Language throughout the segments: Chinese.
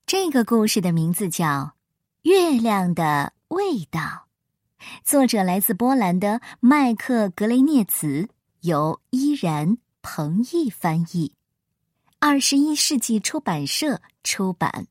这个故事的名字叫《月亮的味道》，作者来自波兰的麦克格雷涅茨，由依然、彭毅翻译，21世纪出版社出版。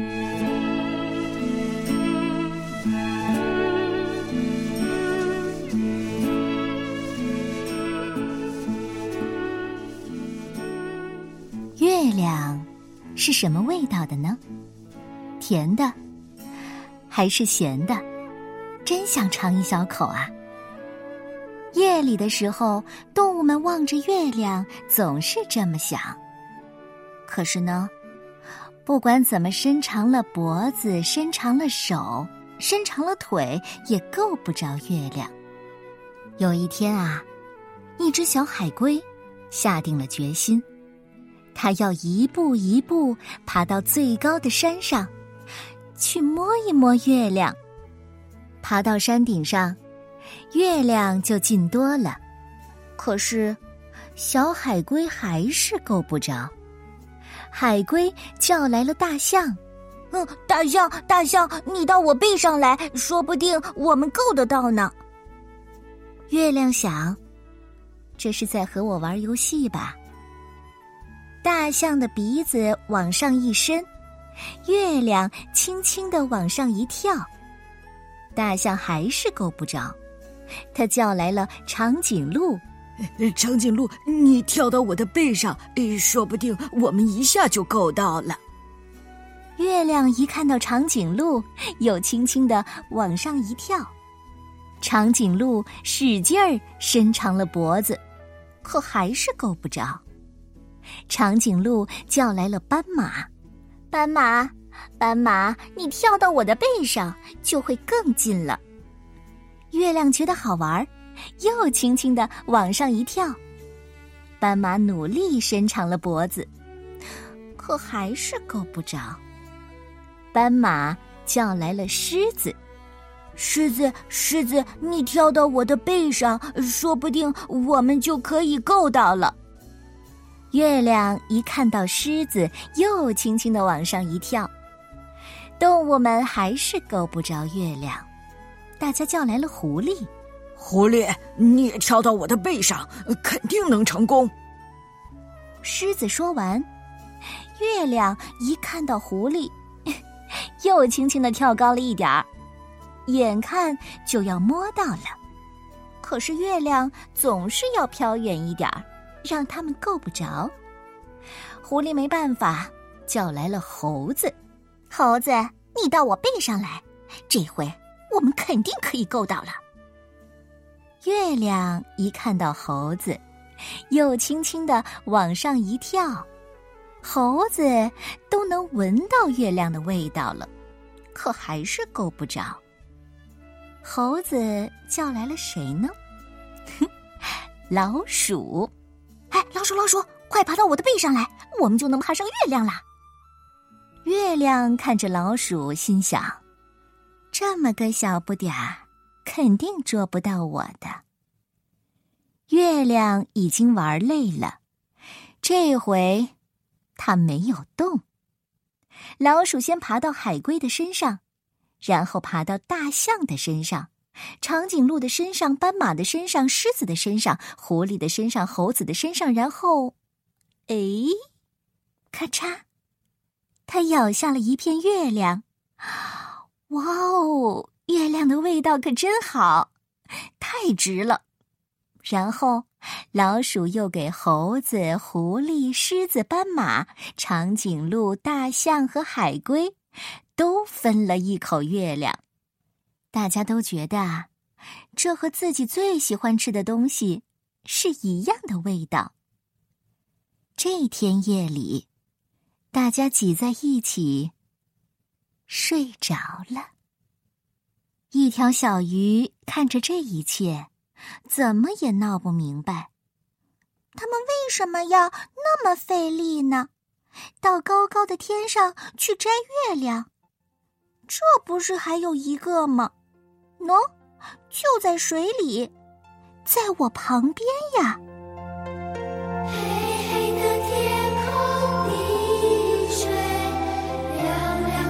月亮是什么味道的呢？甜的还是咸的？真想尝一小口啊！夜里的时候，动物们望着月亮总是这么想。可是呢，不管怎么伸长了脖子，伸长了手，伸长了腿，也够不着月亮。有一天啊，一只小海龟下定了决心，它要一步一步爬到最高的山上，去摸一摸月亮。爬到山顶上，月亮就近多了。可是，小海龟还是够不着。海龟叫来了大象：“ 大象，你到我背上来，说不定我们够得到呢。” 月亮想，这是在和我玩游戏吧？大象的鼻子往上一伸，月亮轻轻地往上一跳，大象还是够不着。它叫来了长颈鹿：“ 长颈鹿，你跳到我的背上，说不定我们一下就够到了。” 月亮一看到长颈鹿，又轻轻地往上一跳。长颈鹿使劲儿伸长了脖子，可还是够不着。长颈鹿叫来了斑马：“ 斑马，你跳到我的背上，就会更近了。” 月亮觉得好玩，又轻轻地往上一跳。斑马努力伸长了脖子，可还是够不着。斑马叫来了狮子：“ 狮子，你跳到我的背上，说不定我们就可以够到了。” 月亮一看到狮子，又轻轻地往上一跳。动物们还是够不着月亮，大家叫来了狐狸：“ 狐狸，你也跳到我的背上，肯定能成功。” 狮子说完，月亮一看到狐狸，又轻轻地跳高了一点儿，眼看就要摸到了。可是月亮总是要飘远一点儿，让他们够不着。狐狸没办法，叫来了猴子：“ 猴子，你到我背上来，这回我们肯定可以够到了。” 月亮一看到猴子，又轻轻地往上一跳。猴子都能闻到月亮的味道了，可还是够不着。猴子叫来了谁呢？老鼠：“ 老鼠，快爬到我的背上来，我们就能爬上月亮啦。” 月亮看着老鼠，心想：这么个小不点儿，肯定捉不到我的。月亮已经玩累了，这回它没有动。老鼠先爬到海龟的身上，然后爬到大象的身上，长颈鹿的身上，斑马的身上，狮子的身上，狐狸的身上，猴子的身上，然后，咔嚓，它咬下了一片月亮。哇哦，月亮的味道可真好，太值了。然后老鼠又给猴子、狐狸、狮子、斑马、长颈鹿、大象和海龟都分了一口月亮。大家都觉得这和自己最喜欢吃的东西是一样的味道。这天夜里，大家挤在一起睡着了。一条小鱼看着这一切，怎么也闹不明白， 他们为什么要那么费力呢？到高高的天上去摘月亮，这不是还有一个吗？喏，就在水里，在我旁边呀。 黑黑的天空，滴水，亮亮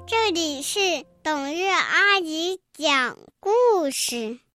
这里是董月阿姨讲故事。